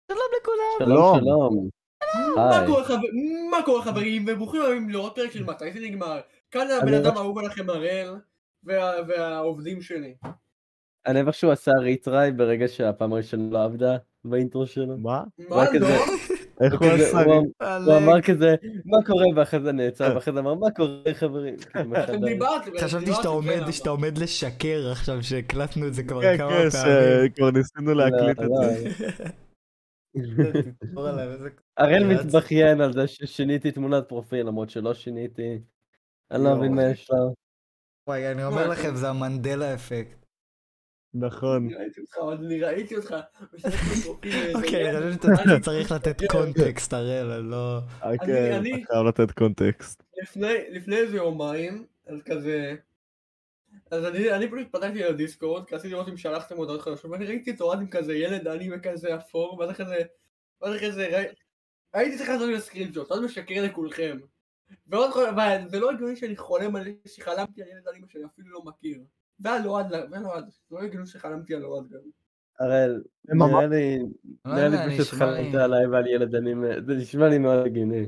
שלום לכולם. שלום, שלום. היי. מה קורה חברים, וברוכים הבאים לעוד פרק של מתי זה נגמר. כאן הבן אני אדם האהוב עליכם הראל, והעובדים שלי. אני איכשהו עשה ריטריי ברגע שהפעם הראשונה לא עבדה באינטרו שלו. מה? הוא היה מה לא? איך הוא כזה, עשה הוא אמר כזה, מה קורה? ואחרי זה נעצר, ואחרי זה אמר, מה קורה חברים? כאילו אתם מחדש. דיברתם, חשבתי שאתה עומד לשקר עכשיו שהקלטנו את זה כבר כן, כמה כן, פעמים. שכבר ניסינו להקליט את לא, זה. תתפור עליי, איזה הראל קרץ. מתבכיין על זה ששיניתי תמונת פרופיל, למרות שלא שיניתי. אני לא מבין מה יש לו. וואי, אני אומר לכם, זה המנדלה אפקט. נכון. אני ראיתי אותך. אוקיי, אני חושב שאתה צריך לתת קונטקסט, הראל, אני לא... כן, אני- אתה חייב לתת קונטקסט. לפני איזה יומיים, אז כזה... אז אני פשוט פתחתי לדיסקורד, כי רציתי לראות אם שלחתם הודעות חדשות, ואני ראיתי את אוהד עם כזה ילד אנימה כזה אפור, ואז אחרי זה הייתי צריך לעשות לי סקרינשוט, אז משקר לכולכם. וזה לא הגיוני שאני חולם על שחלמתי על ילד אנימה שאני אפילו לא מכיר. ועל אוהד, לא הגיוני שחלמתי על אוהד גם. הראל, ממש- נראה לי פשוט נשמע חלמת לי- עליי ועל ילד אנימה, זה נשמע לי מאוד הגיוני.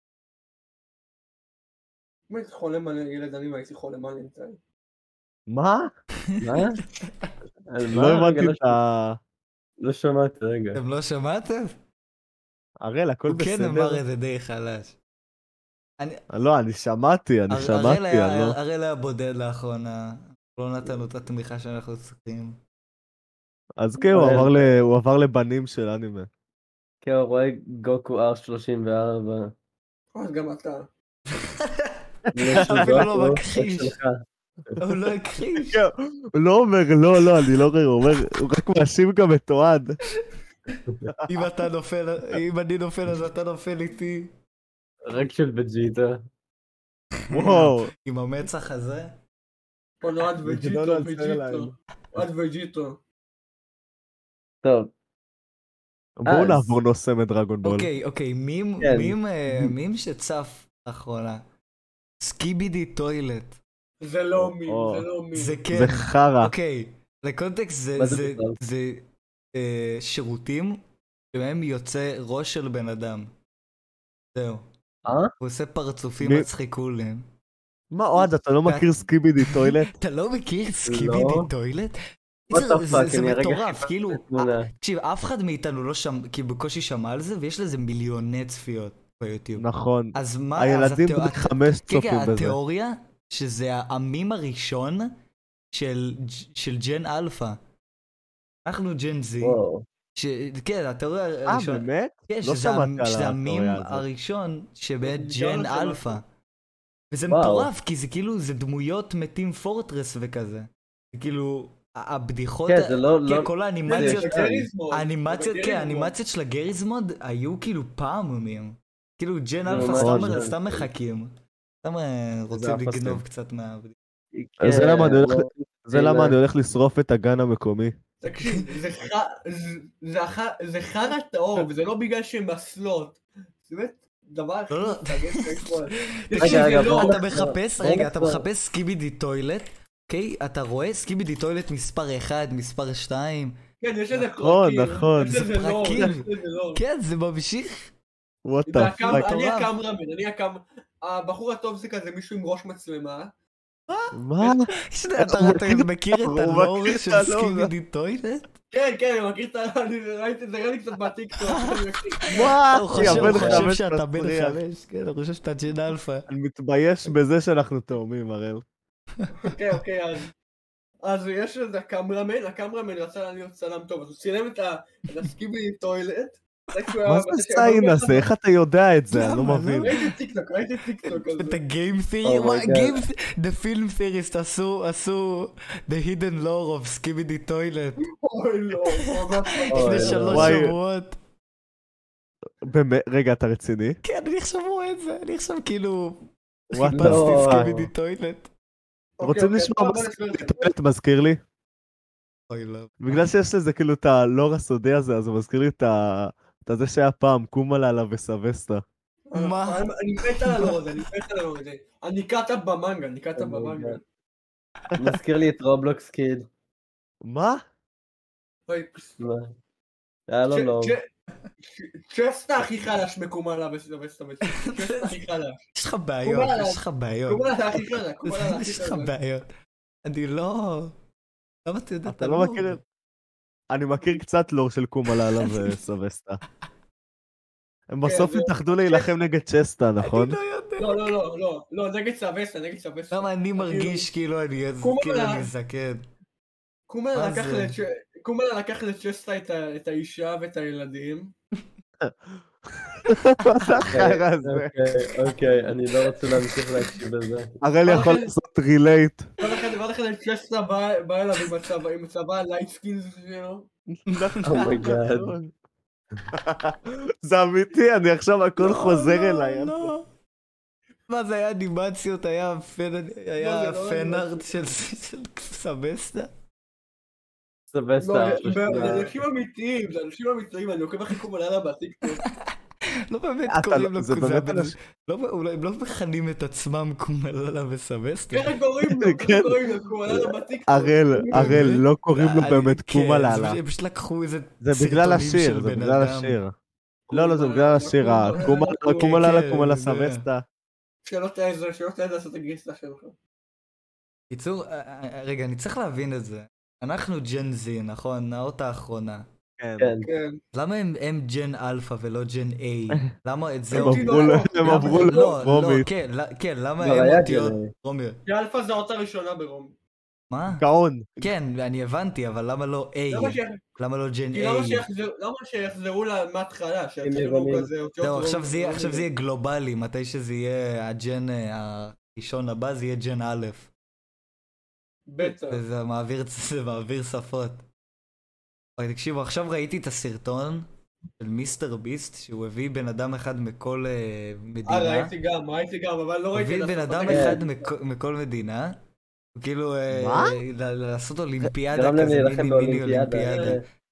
אם הייתי חולם על ילד אנימה הייתי חולם על אינטאי. מה? מה? על מה? לא רגע, הבנתי את ה... לא שמעתי, רגע. אתם לא שמעתם? הראל, הכל הוא כן בסדר? אמר את זה די חלש. לא, אני שמעתי, אני לא... הראל היה בודד לאחרונה. לא נתנו את התמיכה שאנחנו צריכים. אז כן, הוא עבר לבנים של אנימה. כן, הוא רואה גוקו R34. אז גם אתה. אפילו לא מכחיש. הוא לא הכחיש. כן, הוא לא אומר, לא, אני לא רואה, הוא אומר, הוא רק מאשים גם את אוהד. אם אני נופל אז אתה נופל איתי. רק של בג'יטה. וואו. עם המצח הזה. פה אוהד וג'יטו, לא נצטער אוהד וג'יטו. טוב, בואו אז- נעבור נושא מדרגון בול. אוקיי, כן. מים שצף לאחרונה. סקיבידי טוילט. זה לא מין, או. זה לא מין. זה כן. זה חרא. אוקיי, לקונטקסט מה זה בכלל? זה שירותים שבהם יוצא ראש של בן אדם. זהו. הוא עושה פרצופים מי- מצחיקולים. מה אוהד, אתה לא מכיר סקיבידי טוילט? אתה לא מכיר סקיבידי לא. טוילט? What the זה fuck, אני הרגע מטורף, חיפשתי כאילו, את התמונה. תקשיב, אף אחד מאיתנו לא שם, כי בקושי שמע על זה, ויש לזה מיליוני צפיות ביוטיוב. נכון. אז מה, הילדים בני 5 כן, צופים בזה. התיאוריה, שזה המים הראשון של ג'ן אלפא. אנחנו ג'ן זי. וואו. כן, התיאוריה הראשונה. באמת? כן, לא שמעתי על שזה המים התיאוריה הזאת. הראשון שבאת גם ג'ן לא שמעתי. אלפא. וזה וואו. מטורף, כי זה כאילו, זה דמויות מתים פורטרס וכזה. זה כאילו, הבדיחות, כן, זה לא... כן, כל האנימציות, זה האנימציות של הגריז מוד היו כאילו פעממים. כאילו ג'ן אלפא ממש סתם- נכון. סתם מחכים. סתם רוצים אלפא לגנוב סתם. קצת מהבדיחות. אז זה למה אני הולך- לא- זה למה אני הולך לשרוף את הגן המקומי. תקשיב, זה חרא טהור, וזה לא בגלל שהן מסלות. זה באמת דבר הכי לא. מתנגד שיש פה. רגע, זה לא- בוא אתה נחזור. מחפש, בוא רגע, אתה נחזור. מחפש סקיבידי טוילט, אוקיי? אתה רואה סקיבידי טוילט מספר 1, מספר 2, כן, יש לזה נכון, פרקים. נכון. יש לזה זה לור, פרקים. יש לזה לור. כן, זה ממשיך. וואט זה דה הקאמ- פאק. אני מטורף. הקאמרמן, הבחור הטוב זה כזה מישהו עם ראש מצלמה. מה? אתה מכיר את הוא הלור מכיר של את הלור. סקיבידי טוילט? כן, אני מכיר את אני ראיתי את זה, ראיתי קצת בטיקטוק. מה? הוא יא בן חושב 5 שאתה בן מסריח. 5, כן, הוא חושב שאתה ג'ן אלפא. אני מתבייש בזה שאנחנו תאומים, הראל. אוקיי, אז יש איזה הקאמרמן רצה להיות צלם טוב, אז הוא צילם את הסקיבי טוילט. מה זה הסיין הזה? איך אתה יודע את זה? אני לא למה? מבין. ראיתי טיקטוק על את זה. הגיים תירי, Oh my God. the film theorist עשו the hidden lore of סקיבידי טוילט אוי לא, אוי, לפני 3 וואי. שבועות. באמת, רגע, אתה רציני? כן, אני עכשיו רואה את זה, אני עכשיו כאילו וואט חיפשתי לא. סקיבידי טוילט. רוצים לשמוע מה סקיבידי טוילט מזכיר לי? אוי לא. בגלל שיש לזה כאילו את הלור הסודי הזה, אז הוא מזכיר לי את זה שהיה פעם, קומללה וסווסטה. מה? אני מת על הלור הזה, אני קאטה במנגה, מזכיר לי את רובלוקס קיד. מה? אוי, מה? היה לו לא. צ'סטה הכי חלש מקומלה וסטה. צ'סטה הכי חלש. יש לך בעיות, יש לך בעיות. קומלה הכי חלק, קומלה הכי יש לך חלק. בעיות. אני לא... למה אתה יודע את אתה לא מכיר... אני מכיר קצת לור של קומללה וסבסטה. הם בסוף התאחדו להילחם נגד צ'סטה, נכון? אני לא יודע. לא, נגד סבסטה, נגד סבסטה. למה אני מרגיש כאילו אני זקן. קומלה לקח לצ'סטה את האישה ואת הילדים. החרא הזה. אוקיי, אני לא רוצה להמשיך להקשיב לזה. הראל יכול לעשות רילייט. ועד אחרי צ'סטה בא אליו עם הצבא הלייט סקינס שלו. אומייגאד. זה אמיתי, אני עכשיו הכל חוזר אליי. מה זה היה אנימציות, היה פנארט של סבסטה? סבסטה. זה אנשים אמיתיים, אני עוקב אחרי קומללה בטיקטוק. לא באמת קוראים לו הם לא מכנים את עצמם קומללה וסבסטה. ככה קוראים לו קומללה בטיקטוק. הראל, לא קוראים לו באמת קומללה. הם פשוט לקחו איזה זה בגלל השיר, זה בגלל השיר. לא, זה בגלל השיר, קומללה, קומללה סבסטה. שלא תעז לעשות את הגריסה שלך. קיצור, רגע, אני צריך להבין את זה. אנחנו ג'ן זי, נכון? האות האחרונה. כן. למה הם ג'ן אלפא ולא ג'ן איי? למה את זה... הם עברו לרומית. כן, למה הם אותיות רומיות? כי אלפא זה האות הראשונה ברומית. מה? גאון. כן, אני הבנתי, אבל למה לא איי? למה לא ג'ן איי? למה שיחזרו מההתחלה? זהו, עכשיו זה יהיה גלובלי, מתי שזה יהיה הג'ן הראשון הבא, זה יהיה ג'ן א'. בטח. זה מעביר שפות. תקשיבו, עכשיו ראיתי את הסרטון של מיסטר ביסט, שהוא הביא בן אדם אחד מכל מדינה. ראיתי גם, אבל לא ראיתי... הביא בן אדם אחד מכל מדינה, כאילו לעשות אולימפיאדה כזה, מיני אולימפיאדה.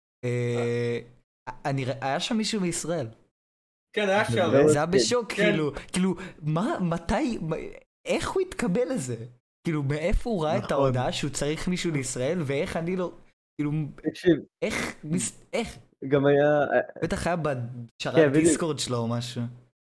היה שם מישהו מישראל. כן, היה שם. זה היה בשוק, כאילו, מה, מתי, איך הוא התקבל לזה? כאילו, מאיפה הוא ראה את ההודעה שהוא צריך מישהו לישראל, ואיך אני לא... כאילו, איך? גם היה... בטח היה בשרת דיסקורד שלו או משהו.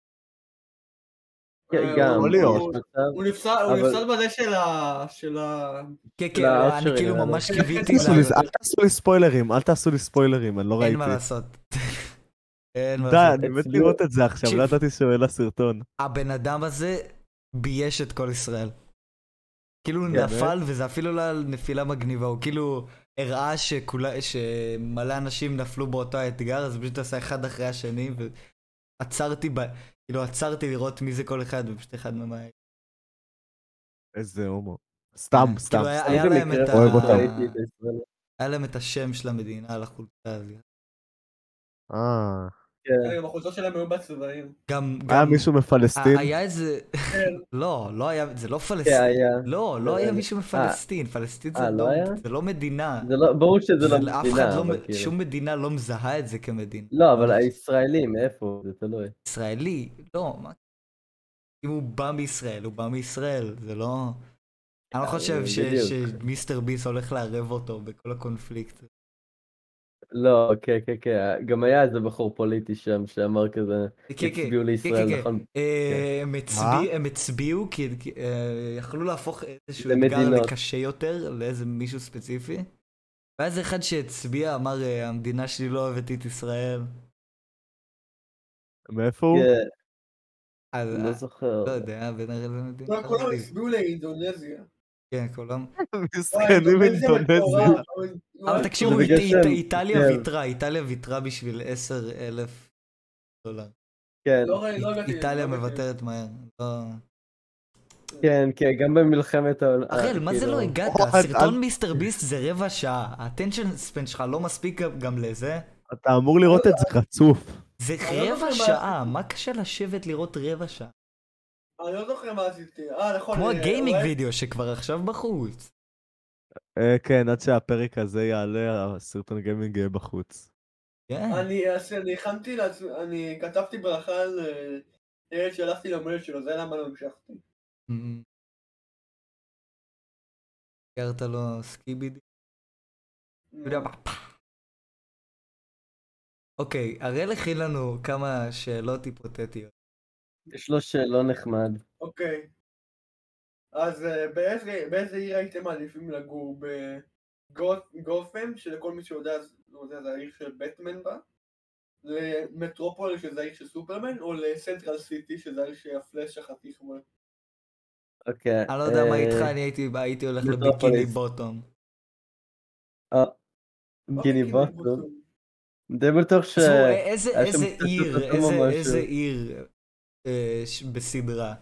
גם. הוא נפסד בזה של ה... כן, אני כאילו ממש קיוויתי... אל תעשו לי ספוילרים, אני לא ראיתי. אין מה לעשות. די, אני מת לראות את זה עכשיו, לא ידעתי שהוא אל הסרטון. הבן אדם הזה בייש את כל ישראל. כאילו הוא נפל, וזה אפילו לא נפילה מגניבה, הוא כאילו הראה שמלא אנשים נפלו באותו האתגר, אז פשוט עשה אחד אחרי השני, ועצרתי לראות מי זה כל אחד, ופשוט אחד ממש. איזה הומו. סתם. היה להם את השם של המדינה על החולצה הזאת. גם החולצות שלהם היו בצבעים. היה מישהו מפלסטין? היה איזה... לא היה, זה לא פלסטין. לא היה מישהו מפלסטין. פלסטין זה לא מדינה. ברור שזה לא מדינה. שום מדינה לא מזהה את זה כמדינה. לא, אבל הישראלי, מאיפה? זה תלוי. ישראלי? לא. אם הוא בא מישראל, זה לא... אני לא חושב שמיסטר ביס הולך לערב אותו בכל הקונפליקט. לא, כן. גם היה איזה בחור פוליטי שם שאמר כזה, הצביעו לישראל, נכון? הם הצביעו כי יכלו להפוך איזשהו אתגר לקשה יותר לאיזה מישהו ספציפי. ואז אחד שהצביע אמר, המדינה שלי לא אוהבת את ישראל. מאיפה הוא? לא זוכר. לא יודע, בין המדינה. כולם הצביעו לאינדונזיה. כן, כולם. מסכנים אינדונזיה. אבל תקשיבו, איטליה ויתרה בשביל $10,000. כן. איטליה מוותרת מהר. כן, גם במלחמת העולם. אחל, מה זה לא הגעת? סרטון מיסטר ביסט זה רבע שעה. האטנשן ספן שלך לא מספיק גם לזה? אתה אמור לראות את זה חצוף. זה רבע שעה, מה קשה לשבת לראות רבע שעה? אני לא זוכר מה עשיתי. נכון. כמו הגיימינג וידאו שכבר עכשיו בחוץ. כן, עד שהפרק הזה יעלה, הסרטון גיימינג יהיה בחוץ. אני הכנתי לעצמי, אני כתבתי ברכה על ילד שהלכתי למולד שלו, זה למה לא המשכתי. גרת לו סקיבידי? אוקיי, הראל הכין לנו כמה שאלות היפותטיות. יש לו שאלון נחמד. אוקיי. אז באיזה עיר הייתם מעדיפים לגור? בגות'ם, שלכל מי שיודע זה העיר של בטמן בה? למטרופול שזה העיר של סופרמן? או לסנטרל סיטי שזה העיר שהפלאש החתיך בו? אוקיי. אני לא יודע מה איתך, אני הייתי הולך לביקיני בוטום. גיני בוטום. די בטוח ש... איזה עיר בסדרה?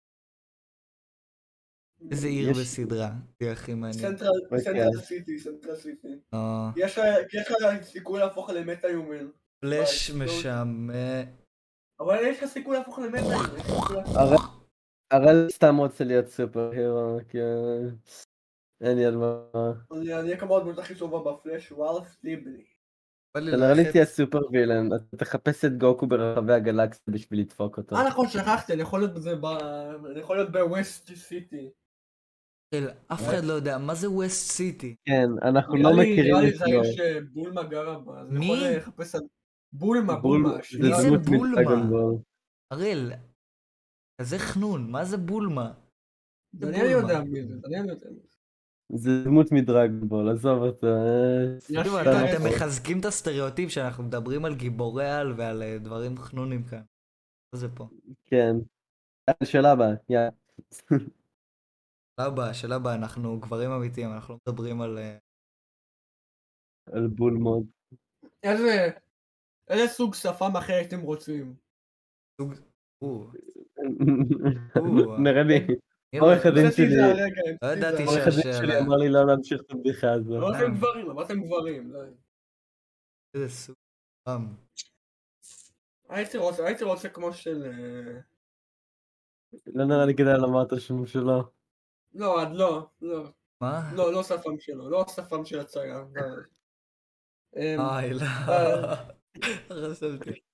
איזה עיר בסדרה? זה הכי מעניין. סנטרל סיטי. יש לך סיכוי להפוך למטה יומן. פלאש משעמם. אבל יש לך סיכוי להפוך למטה יומן. הראל סתם רוצה להיות סופר הירו, כי... אין לי על מה... אני אקה מאוד הכי טובה בפלאש, ראלף ליבלי. כנראה לי תהיה סופר וילן, אתה תחפש את גוקו ברחבי הגלקסיה בשביל לדפוק אותו. נכון, שכחתי, אני יכול להיות בווסט סיטי. אף אחד לא יודע, מה זה ווסט סיטי? כן, אנחנו לא מכירים נראה לי את זה זה. העיר שבולמה גרה בה, אז אני מי? יכול לחפש על... בולמה. זה זה דמות בולמה? מדרגון. הראל, כזה חנון, מה זה בולמה? אני יודע מי זה. זה דמות מדרגון, עזוב אותו. אתם מחזקים את הסטריאוטיפ שאנחנו מדברים על גיבורי על ועל דברים חנונים כאן. מה זה פה? כן. שאלה הבאה, יאללה. שאלה הבאה, אנחנו גברים אמיתיים, אנחנו לא מדברים על... על בולמוד. איזה סוג שפם אחר הייתם רוצים? נראה לי. עורך הדין שלי לא ידעתי עורך הדין שלי אמר לי לא להמשיך את הבדיחה הזו. אמרתם גברים. איזה סוג שפם. הייתי רוצה כמו של... לא נראה לי כדאי לומר את השם שלו. לא. מה? לא שפם שלו, לא השפם של הצייר. לא. חשבתי.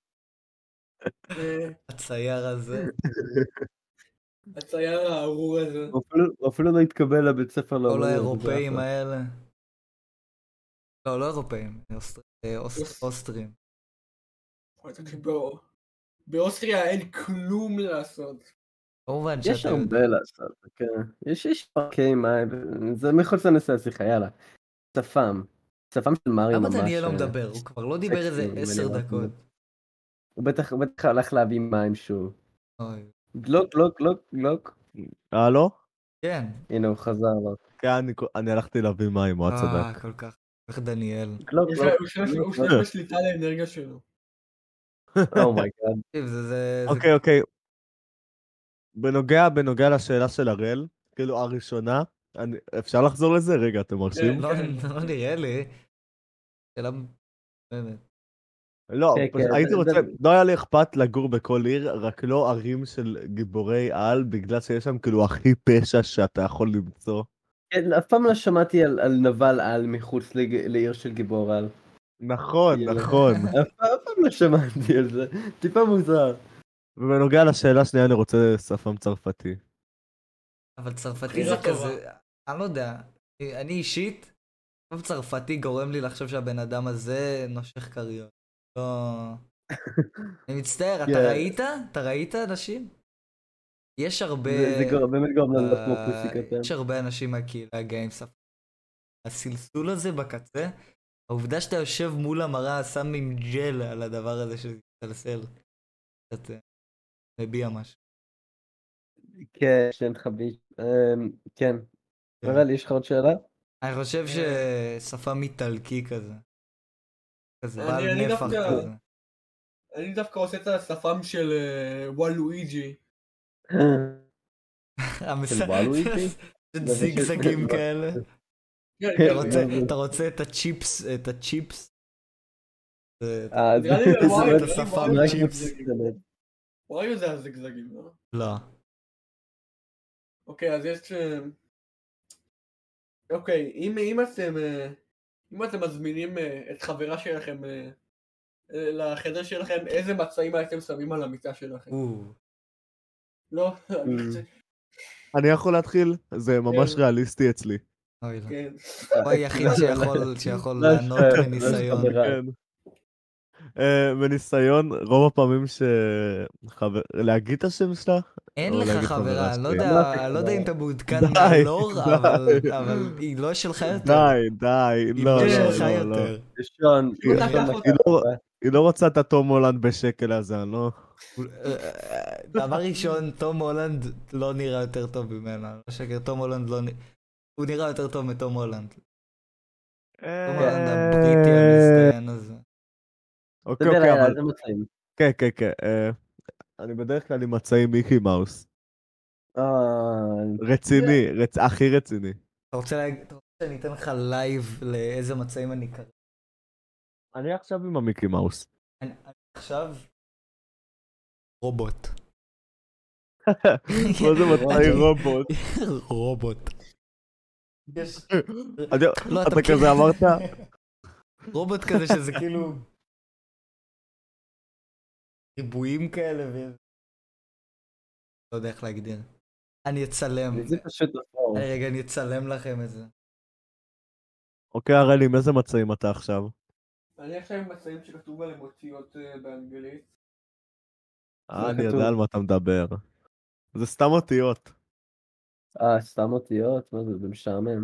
הצייר הזה. הצייר הארור הזה. הוא אפילו לא התקבל לבית ספר. כל האירופאים האלה. לא אירופאים, אוסטרים. באוסטריה אין כלום לעשות. כמובן שאתה יש הרבה לעשות, כן. יש פארקי מים, זה מחוץ לנושא השיחה, יאללה. שפם של מריו ממש. למה דניאל לא מדבר? הוא כבר לא דיבר איזה 10 דקות. הוא בטח הלך להביא מים שוב. אוי. גלוק. הלו? כן. הנה הוא חזר לו. כן, אני הלכתי להביא מים, הוא הצדק. כל כך. איך דניאל. הוא שולח בשליטה לאנרגיה שלו. אומייגאד. אוקיי. בנוגע לשאלה של הראל, כאילו הראשונה, אפשר לחזור לזה? רגע, אתם מרשים? לא נראה לי. שאלה באמת. לא, הייתי רוצה, לא היה לי אכפת לגור בכל עיר, רק לא ערים של גיבורי על, בגלל שיש שם כאילו הכי פשע שאתה יכול למצוא. כן, אף פעם לא שמעתי על נבל על מחוץ לעיר של גיבור על. נכון. אף פעם לא שמעתי על זה, טיפה מוזר. ובנוגע לשאלה שנייה, אני רוצה שפם צרפתי. אבל צרפתי זה כזה, אני לא יודע, אני אישית, צרפתי גורם לי לחשוב שהבן אדם הזה נושך קריות. לא... אני מצטער, אתה ראית אנשים? יש הרבה... זה באמת גורם לנו כמו פוסי קטן. יש הרבה אנשים מהקהילה הגאים שפה. הסלסול הזה בקצה, העובדה שאתה יושב מול המראה, שם עם ג'ל על הדבר הזה של סלסל, קצת מביע משהו. כן, שאין לך ביש. כן. רל, יש לך עוד שאלה? אני חושב ששפה איטלקי כזה. כזה בעל נפח כזה. אני דווקא עושה את השפם של וואלואיג'י. של וואלואיג'י? זיגזגים כאלה. אתה רוצה את הצ'יפס? נראה לי את השפם צ'יפס. וואי זה הזיגזגים, לא? לא. אוקיי, אז יש... אוקיי, אם אתם מזמינים את חברה שלכם לחדר שלכם, איזה מצעים הייתם שמים על המיטה שלכם? לא, אני יכול להתחיל? זה ממש ריאליסטי אצלי. כן. הוא היחיד שיכול לענות מניסיון. מניסיון, רוב הפעמים להגיד את השם שלה? אין או לך להגיד חברה, אני שלי? לא יודע אם אתה מעודכן די, מהלור, די. אבל היא לא שלך יותר. די, היא לא, לא לא, שלך לא, לא. יותר. ראשון, הוא לקח אותה. היא לא רוצה את התום הולנד בשקל הזה, אני לא... דבר ראשון, תום הולנד לא נראה יותר טוב ממנה. לא שקר, תום הולנד לא נראה... הוא נראה יותר טוב מתום הולנד. תום הולנד הבריטי המזדיין הזה. אוקיי, תדע אוקיי, לילה, אבל... זה מצאים. כן, כן, כן. אני בדרך כלל עם מצעים מיקי מאוס. רציני, הכי רציני. אתה רוצה שאני אתן לך לייב לאיזה מצעים אני קרא? אני עכשיו עם המיקי מאוס. אני עכשיו... רובוט. מה זה מצעי רובוט? רובוט. אתה כזה אמרת? רובוט כזה שזה כאילו... ריבועים כאלה ו... לא יודע איך להגדיר. אני אצלם. זה פשוט אפור. רגע, אני אצלם לכם את זה. אוקיי, הראלי, עם איזה מצעים אתה עכשיו? אני עכשיו עם מצעים שכתוב עליהם אותיות באנגלית. אני יודע על מה אתה מדבר. זה סתם אותיות. סתם אותיות? מה זה משעמם.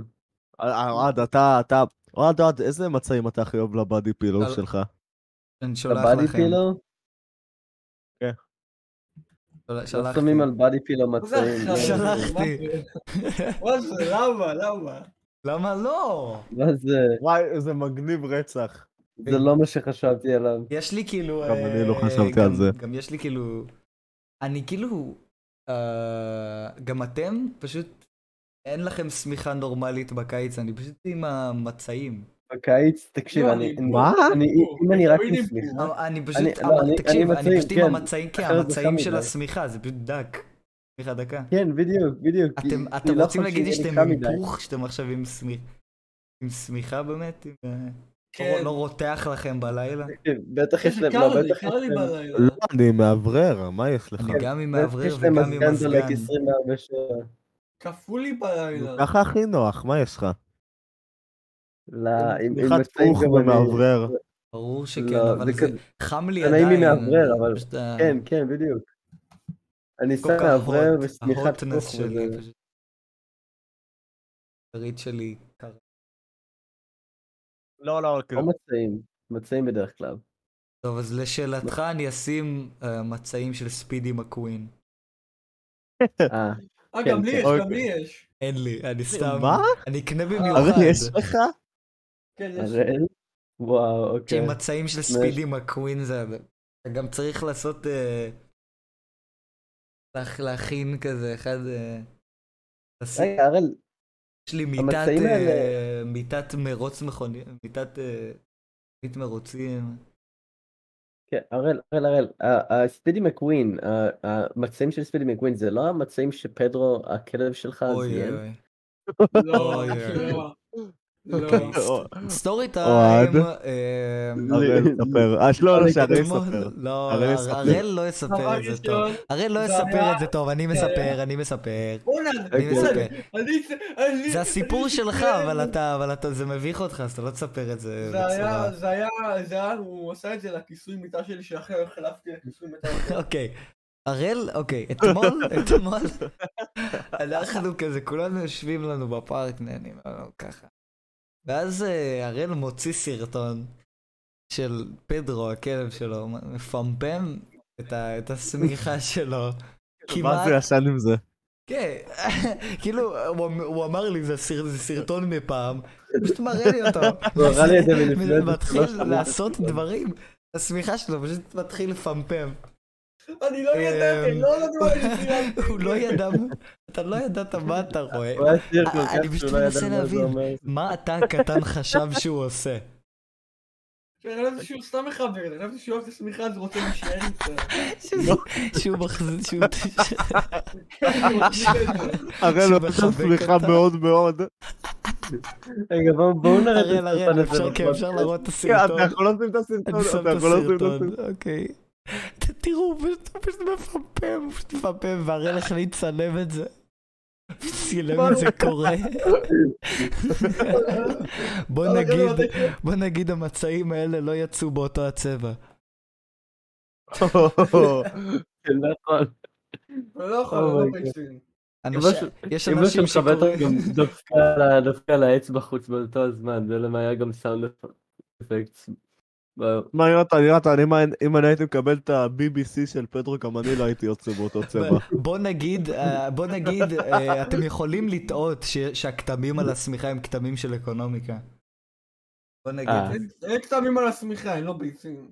אוהד, איזה מצעים אתה הכי אוהב לבאדי פילו שלך? אני שולח הבאדי לכם. פילו? כן. לא שלחתי. שמים על באדי פילו מצעים. שלחתי. מה זה? למה? למה לא? מה זה? וואי, איזה מגניב רצח. זה לא מה שחשבתי עליו. יש לי כאילו... גם אני לא חשבתי על זה. גם יש לי כאילו... אני כאילו... גם אתם פשוט... אין לכם שמיכה נורמלית בקיץ, אני פשוט עם המצעים. בקיץ, תקשיב, מה? אם אני רק עם שמיכה... אני פשוט... תקשיב, אני פשוט עם המצעים, כי המצעים של השמיכה, זה פשוט דק. סמיכה דקה. כן, בדיוק. אתם רוצים להגיד לי שאתם עם היפוך, שאתם עכשיו עם שמיכה באמת? לא רותח לכם בלילה? בטח יש להם... קר לי בלילה. לא, אני מאוורר, מה יש לך? אני גם עם מאוורר וגם עם יש להם מזגן. 24 שעה. כפו לי בלילה. ככה הכי נוח, מה יש לך? עם מצעים פוך ומאוורר. ברור שכן, אבל זה חם לי זה עדיין. נעים לי מאוורר, אבל... כן, בדיוק. אני שם מאוורר ושמיכת ההוטנס פוך שלי וזה. פשוט. הריד שלי קרה. לא, לא מצעים בדרך כלל. טוב, אז לשאלתך אני אשים מצעים של ספידי מקווין. גם לי יש. אין לי, אני סתם... מה? אני אקנה במיוחד. אבל יש לך? כן, יש. וואו, אוקיי. מצעים של ספידי מקווין זה... אתה גם צריך לעשות... להכין כזה, אחד... רגע, הראל... יש לי מיטת מרוץ מכוני... מיטת מרוצים. כן, הראל, הספידי מקווין, המצעים של ספידי מקווין זה לא המצעים שפדרו, הכלב שלך, זיין? אוקיי, סטורי טיים. הראל ספר. לא, שהראל יספר. לא, הראל לא יספר את זה טוב. הראל לא יספר את זה טוב, אני מספר. זה הסיפור שלך, אבל זה מביך אותך, אז אתה לא תספר את זה בצורה. זה היה, הוא עשה את זה לכיסוי מיטה שלי, שאחרי חלפתי לכיסוי מיטה. אוקיי. הראל, אוקיי, אתמול, אנחנו כזה, כולנו יושבים לנו בפארק, נהנים, ככה. ואז הראל מוציא סרטון של פדרו, הכלב שלו, מפמפם את השמיכה שלו. מה זה ישן עם זה? כן, כאילו, הוא אמר לי, זה סרטון מפעם, פשוט מראה לי אותו. הוא הראה לי את זה מלפני. מתחיל לעשות דברים, השמיכה שלו פשוט מתחיל לפמפם. אני לא ידעתי, הוא לא ידע, אתה לא ידעת מה אתה רואה. אני פשוט לא מנסה להבין, מה אתה הקטן חשב שהוא עושה? חשבתי שהוא סתם מחבר, חשבתי שהוא אוהב את השמיכה, אז רוצה להישאר איתה. שהוא מחזיר, הראל לא שמיכה מאוד מאוד. רגע, בואו נראה את הראל, אפשר להראות את הסרטון. אתה יכול לשים את הסרטון, אני שם את הסרטון, אוקיי. תראו, הוא פשוט מפמפם, והראל החליט לצלם את זה. צילם את זה קורה. בוא נגיד המצעים האלה לא יצאו באותו הצבע. נכון. לא יכול, לא ביצים. יש אמא אנשים שלך בטח שקוראים... גם דופקה על האץ בחוץ באותו הזמן, זה למה היה גם סאונד אפקט. מה, יונתן, אם אני הייתי מקבל את ה-BBC של פדרו, גם אני לא הייתי יוצא באותו צבע. בוא נגיד, אתם יכולים לטעות שהכתמים על השמיכה הם כתמים של אקונומיקה. בוא נגיד. אין כתמים על השמיכה, אין לא ביצים.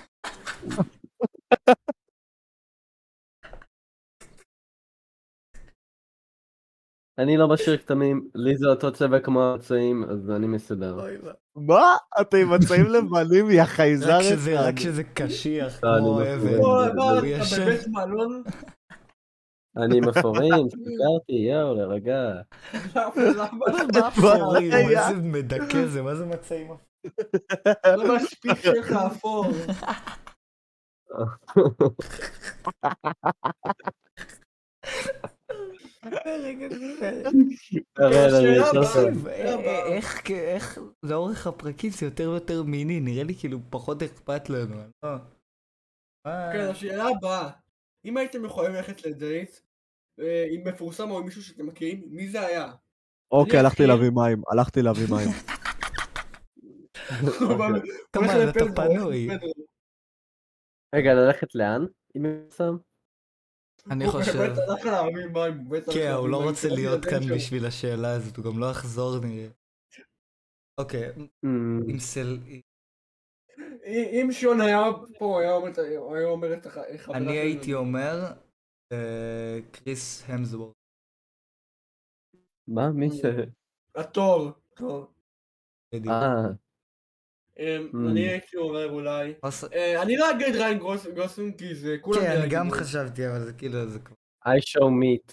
אני לא משאיר כתמים, לי זה אותו צבע כמו המצעים, אז אני מסודר. מה? אתם מצאים לבנים, יא חייזר? רק כשזה קשיח לא, אני כמו לא אבן. קורא. מה, הוא אתה ישן. בבית מלון? אני עם אפורים, סגרתי, יאו, לרגע. מה אפורים? איזה מדכא זה, מה זה מצעים? למה השפיך שלך אפור? איך לאורך הפרקים זה יותר ויותר מיני, נראה לי כאילו פחות אכפת לנו. כן, השאלה הבאה, אם הייתם יכולים ללכת לדייט עם מפורסם או עם מישהו שאתם מכירים, מי זה היה? אוקיי, הלכתי להביא מים. כמה אתה פנוי. רגע, ללכת לאן? אם שם? אני חושב... כן, הוא לא מים. רוצה להיות כאן בשביל השאלה הזאת, הוא גם לא יחזור נראה. אוקיי, עם סל... אם שיון היה פה, היה אומר את החברה. אני הייתי אומר קריס המסוורת'. מה? מי זה? התור. אני Mm. הייתי אומר אולי. אני לא אגיד ריין גוסלינג כי זה כולם... כן, אני גם חשבתי, אבל זה כאילו... I show meat.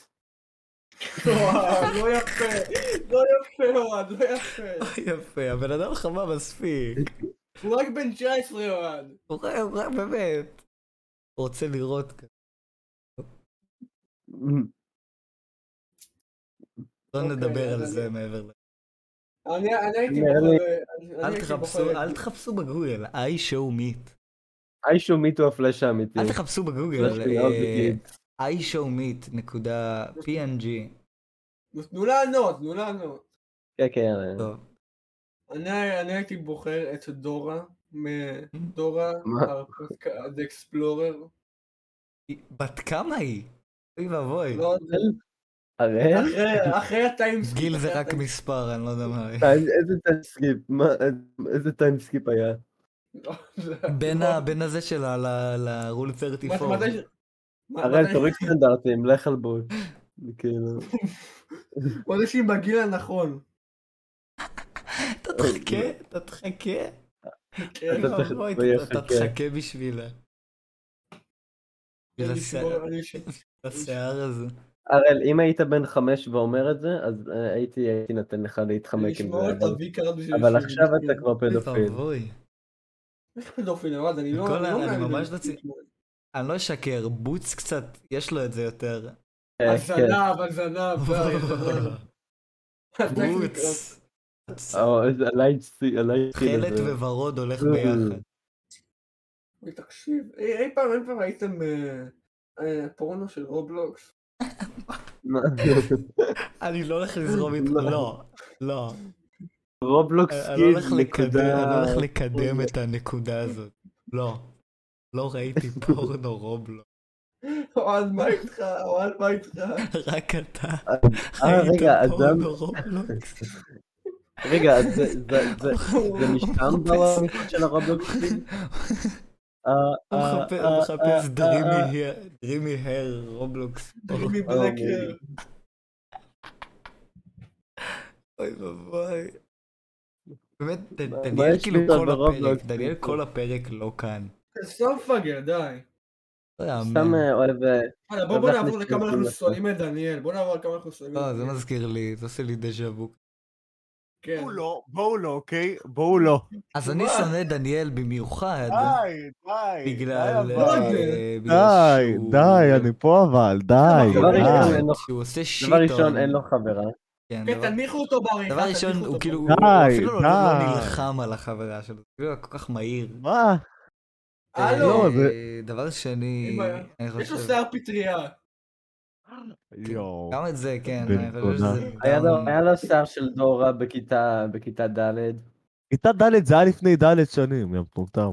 לא יפה, אוהד, לא יפה. יפה, הבן אדם חמה מספיק. הוא רק בן 19, אוהד. הוא רק באמת. הוא רוצה לראות כאן. לא נדבר על זה מעבר ל... אני הייתי בוחר... אל תחפשו בגוגל, I show meat. I show meat הוא הפלאש האמיתי. אל תחפשו בגוגל, I show meat.png. תנו לענות. כן, כן. טוב. אני הייתי בוחר את דורה, מדורה, The Explorer. בת כמה היא? אוי ואבוי. לא, אחרי הטיימסקיפ. גיל זה רק מספר, אני לא יודע מה. איזה טיימסקיפ? איזה טיימסקיפ היה? בין הזה שלה לרול 34. הרי תוריד סטנדרטים, לך על בול. כאילו... עוד שהיא בגיל הנכון. אתה תחכה. אתה תחכה בשבילה. לשיער הזה. הראל, אם היית בן 5 ואומר את זה, אז הייתי נתן לך להתחמק עם זה. אבל עכשיו אתה כבר פדופיל. איך פדופיל, אוהד? אני לא... אני ממש לא צריך... אני לא אשקר, בוץ קצת, יש לו את זה יותר. הזנב. בוץ. חלט וורוד הולך ביחד. תקשיב, אי פעם הייתם פורנו של רובלוקס? אני לא הולך לזרום איתך, לא. רובלוקס אני הולך לקדם את הנקודה הזאת. לא ראיתי פורנו רובלוקס. אוהד, מה איתך? רק אתה. רגע, היית פורנו רובלוקס. רגע, זה משם במשחק של הרובלוקסים? הוא מחפש דרימי הר רובלוקס. דרימי בלקר. אוי ובוי. באמת, דניאל כאילו כל הפרק לא כאן. סתם פגר, די. סתם אוהב... בוא נעבור לכמה אנחנו שונאים את דניאל. זה מזכיר לי, זה עושה לי דז'ה וו. בואו לא, אוקיי? בואו לא. אז אני שונא דניאל במיוחד. די. בגלל... די, אני פה אבל, די. שהוא עושה שיט. דבר ראשון, אין לו חברה. כן, תנמיכו אותו בעריכה. דבר ראשון, הוא כאילו... אפילו לא נלחם על החברה שלו. הוא כל כך מהיר. מה? הלו, דבר שני, אין בעיה. אני יש לו חושב, שיער פטריה. יואו. גם את זה, כן, בן אני חושב תודה. שזה היה לו שיער של דורה בכיתה ד'. כיתה ד' זה היה לפני ד' שנים, יא מטומטם.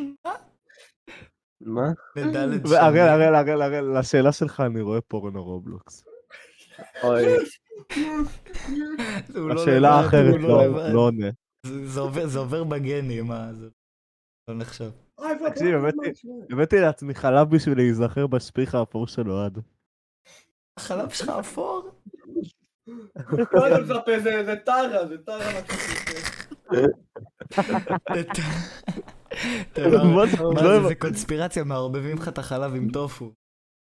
מה? לדלת הראל, לשאלה שלך אני רואה פורנו רובלוקס. אוי, הוא לא השאלה לבד, האחרת הוא לא לבד. לא עונה. זה עובר בגנים, מה, זה לא נחשב. תקשיב, הבאתי לעצמי חלב בשביל להיזכר בשפיך האפור של אוהד. החלב שלך אפור? לא, אתה מצפה, זה טרה, זה טרה. זה קונספירציה, מערבבים לך את החלב עם טופו.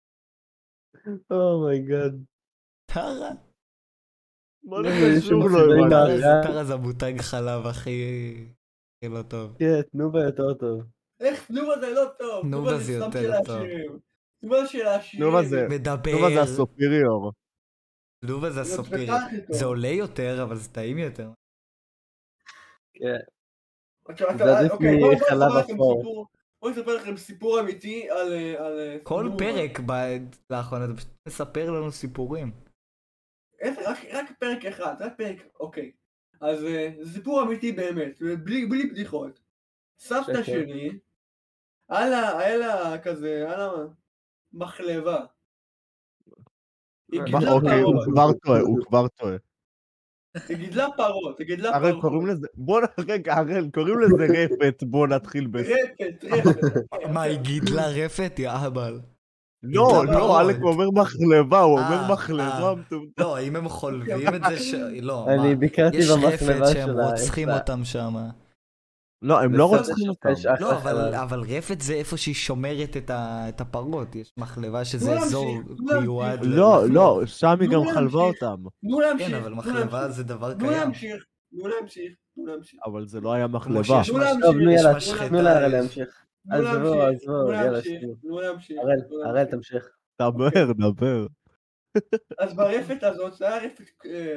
אומייגאד. טרה? מה זה קשור לו? טרה זה המותג חלב הכי לא טוב. כן, תנובה יותר טוב. איך תנובה זה לא טוב? תנובה זה סתם יותר של טוב. העשירים. תנובה של העשירים. תנובה זה מדבר. הסופיריור. תנובה זה הסופיר. זה עולה יותר, אבל זה טעים יותר. כן. זה עדיף מחלב אפור. בואו נספר לכם סיפור אמיתי על... כל תנובה. פרק לאחרונה, אתה פשוט מספר לנו סיפורים. רק פרק אחד, רק פרק, אוקיי. אז זה סיפור אמיתי באמת, בלי בדיחות. סבתא שלי, היה לה כזה, היה לה מחלבה. היא גידלה אוקיי, הוא פרות. כבר טועה. היא גידלה פרות. הראל, קוראים לזה... רגע, הראל, קוראים לזה רפת, בוא נתחיל בזה. רפת. מה, היא גידלה רפת? יא אהבל. לא, אלק אומר מחלבה, הוא אומר מחלבה מטומטם. לא, אם הם חולבים את זה לא, אני ביקרתי יש במחלבה רפת שהם שלה. רוצחים אותם שם. לא, הם לא רוצחים אותם. לא, אבל רפת זה איפה שהיא שומרת את הפרות, יש מחלבה שזה אזור מיועד. לא, שם היא גם חלבה אותם. תנו להמשיך. כן, אבל מחלבה זה דבר תנו קיים. להמשיך. אבל זה לא היה כמו מחלבה. שיש טוב, יש יאללה, משחטה, תנו להראל יש- להמשיך. עזבו, יאללה, תנו להמשיך. הראל, תמשיך. דבר. אז ברפת הזאת, זה היה רפת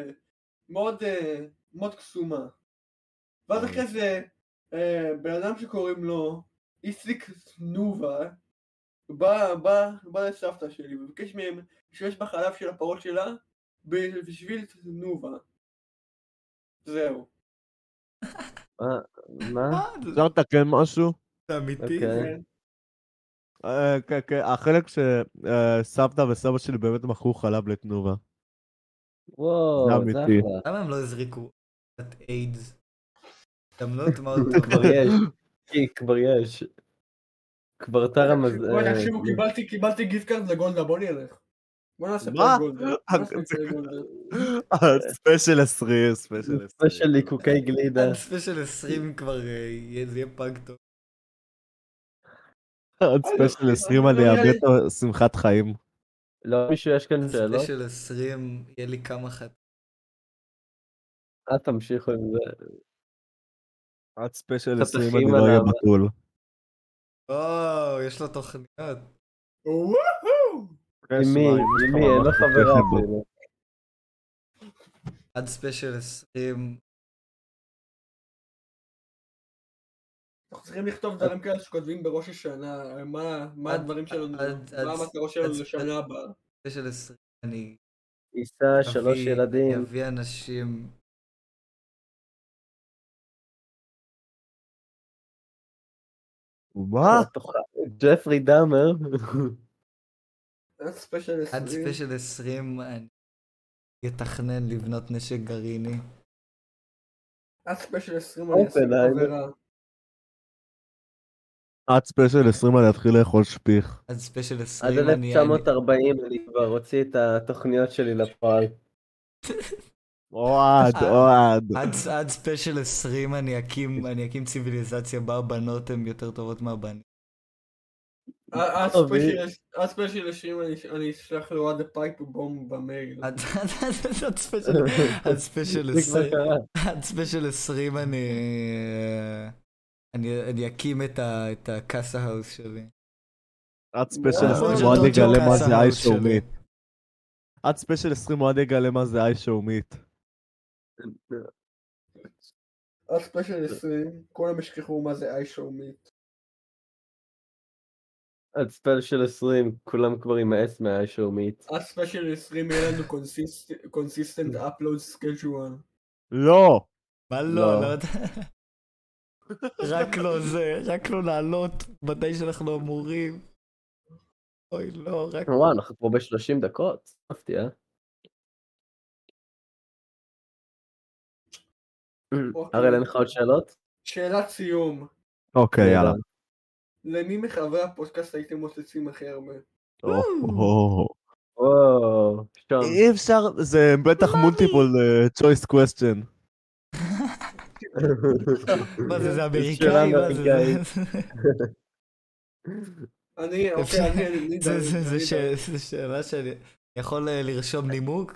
מאוד קסומה. ואז אחרי זה, בן אדם שקוראים לו איסיק תנובה, בא לסבתא שלי וביקש מהם שיש בחלב של הפרות שלה בשביל תנובה. זהו. מה? אפשר לתקן משהו? זה אמיתי? אוקיי. כן, החלק שסבתא וסבא שלי באמת מכרו חלב לתנובה. וואו, זה זה אמיתי. אחלה. למה הם לא הזריקו את איידס? הזדמנות מאוד טובה. כבר יש. כבר יש. כבר טרה בואי תקשיבו, קיבלתי גיפט קארד לגולדה, בוא נלך. בוא נעשה מה? פרק גולדה. ספיישל 20. ספיישל ליקוקי גלידה. עד ספיישל 20 כבר זה יהיה פג טוב. עד ספיישל 20 אני אאבד את שמחת חיים. לא מישהו יש כאן שאלות? ספיישל 20 יהיה לי כמה חד. תמשיכו עם זה. עד ספיישל 20 חתכים אני לא אהיה עליו. בתול. יש לו תוכניות. עם מי? אין לו חברה אפילו. עד ספיישל 20. אנחנו צריכים לכתוב דברים כאלה שכותבים בראש השנה, מה הדברים שלנו, מה המטרות שלנו לשנה הבאה. ספיישל 20 אני יישא 3 ילדים. אביא אנשים. מה? ג'פרי דאמר. עד ספיישל 20. עד ספיישל 20 אני אתכנן לבנות נשק גרעיני. עד ספיישל 20 אני אעשה עבירה. עד ספיישל 20 אני אתחיל לאכול שפיך. עד ספיישל עד 20 1940 אני כבר הוציא את התוכניות שלי לפועל. אוהד. עד ספיישל 20 אני אקים ציוויליזציה בה הבנות הן יותר טובות מהבנים. עד ספיישל 20 אני אשלח לו עד הפייפ בום במייל. עד ספיישל 20 אני אקים את הקאסה האוס שלי. עד ספיישל 20 מועד יגלה מה זה איי-שואו מיט. עד ספיישל 20 מועד יגלה מה זה איי-שואו מיט. עד ספיישל 20 כולם ישכחו מה זה איי-שואו מיט. עד ספייל של 20, כולם כבר עם האס מהשואו מיט. עד ספיישל 20 יהיה לנו consistent upload schedule. לא. מה לא. לא, לא יודע. רק לא לעלות מתי שאנחנו אמורים. אוי לא, רק... וואו, אנחנו פה ב-30 דקות. מפתיע. הראל, אין לך עוד שאלות? שאלת סיום. אוקיי, יאללה. למי מחברי הפודקאסט הייתם מוצצים הכי הרבה? שון. אי אפשר, זה בטח מולטיפול choice question. מה זה אמריקאי? מה זה? זה שאלה שאני יכול לרשום נימוק?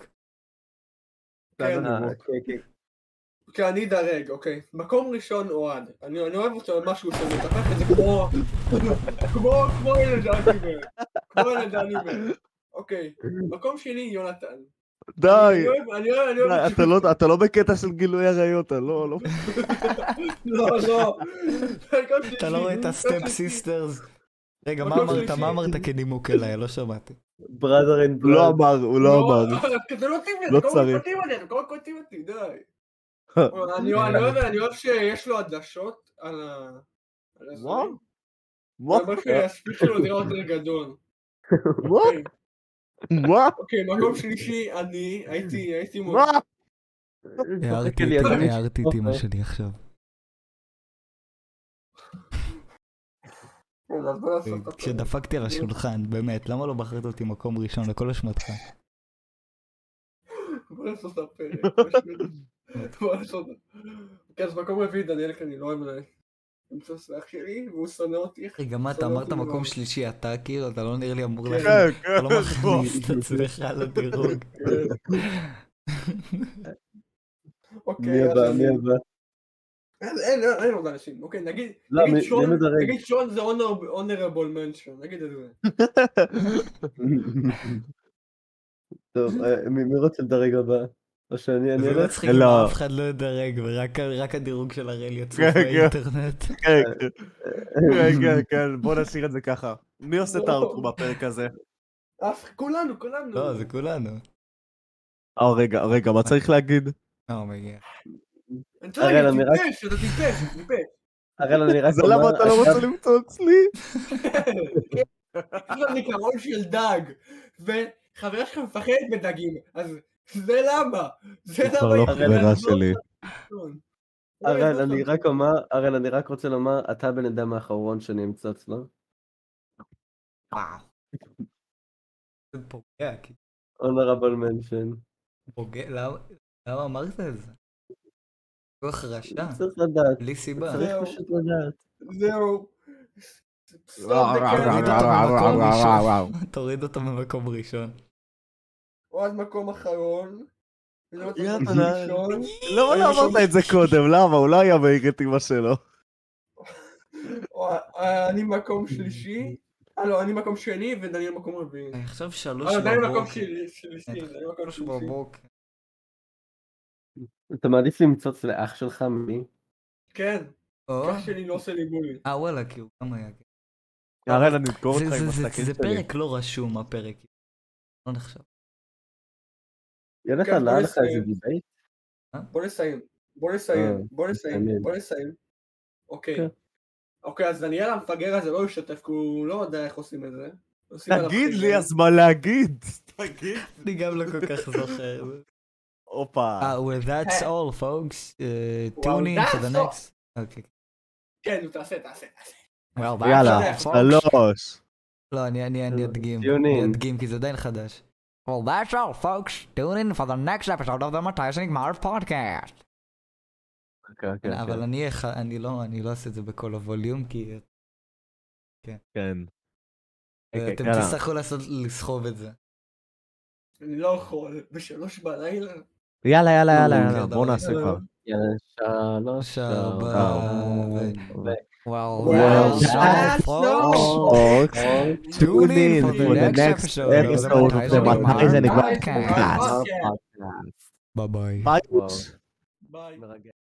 כן, אני אדרג, אוקיי. מקום ראשון אוהד. אני אוהב אותו על משהו שאני מתפך את זה כמו ילד אנימל. כמו ילד אנימל. אוקיי. מקום שני, יונתן. די. אני אוהב... אתה לא בקטע של גילוי עריות, לא. לא. אתה לא רואה את הסטפ סיסטרס? רגע, מה אמרת כנימוק אליי? לא שמעתי. brother and blood. הוא לא אמר. זה לא טבעי, לא אתה צריך. כל כך קוטעים אותי, די. אני אוהב שיש לו עדשות על מה? מה? אני אומר שהספיק שלו נראה יותר גדול. מה? אוקיי, מקום שלישי, אני הייתי מה? הערתי את אמא שלי עכשיו. כשדפקתי על השולחן, באמת, למה לא בחרת אותי מקום ראשון לכל אשמתך? בוא לעשות את הפרק. כן, אז מקום רביעי, דניאל, אני לא אוהב למצוא סלח שלי, והוא שונא אותי. רגע, מה, אתה אמרת מקום שלישי, אתה כאילו, אתה לא נראה לי אמור כן, להכניס, כן. אתה לא מכניס את עצמך לדירוג. מי הבא? אין עוד אנשים, אוקיי, נגיד שון זה honorable mention, נגיד את זה. טוב, מי רוצה לדרג הבא? או שאני זה אלך? מצחיק אם אף אחד לא ידרג, ורק הדירוג של הראל יצוף באינטרנט. כן, בוא נשאיר את זה ככה. מי עושה את האוטרו בפרק הזה? כולנו. לא, זה כולנו. רגע, מה צריך להגיד? אומייגה. אתה טיפש. הראל, אני רק זה למה אתה לא רוצה למצוא אצלי? יש לנו זיכרון של דג, וחברה שלך מפחדת בדגים, אז זה למה? זה כבר לא חברה שלי. הראל, אני רק רוצה לומר, אתה בן אדם האחרון שאני אמצא אצלו. וואו. זה פוגע, כי... honorable mention. פוגע, למה אמרת את זה? כוח רשע. צריך לדעת. בלי סיבה. צריך פשוט לדעת. זהו. תוריד אותו ממקום ראשון. או עד מקום אחרון. למה לא אמרת את זה קודם? למה? הוא לא היה מעיר את אמא שלו. אני מקום שלישי. לא, אני מקום שני ודניאל מקום רביעי. אני חושב 3 בבוקר. אתה מעדיף למצוץ לאח שלך מי? כן. אח שלי לא עושה לי בולי. וואלה, כי הוא גם היה. הראל, אני אזכור אותך עם הסתכל שלי. זה פרק לא רשום, הפרק. לא נחשב. יונתן, לא היה לך איזה דיבייט? בוא נסיים. אוקיי, אז דניאל המפגר הזה לא ישתף, כי הוא לא יודע איך עושים את זה. תגיד לי, אז מה להגיד? תגיד. אני גם לא כל כך זוכר. אופה. Well, that's all, folks. Tune in for the next. כן, תעשה. יאללה, 3. לא, אני אדגים, כי זה עדיין חדש. Well, that's all, folks. Tune in for the next episode of the מתי שנגמר podcast. אבל אני לא אעשה את זה בכל הווליום, כי... כן. אתם תצטרכו לסחוב את זה. אני לא יכול, ב3 בלילה. יאללה, בוא נעשה כבר. יאללה, 3. Well, that's all, folks. Tune in for the next episode of the מתי שנגמר podcast. ביי. ביי.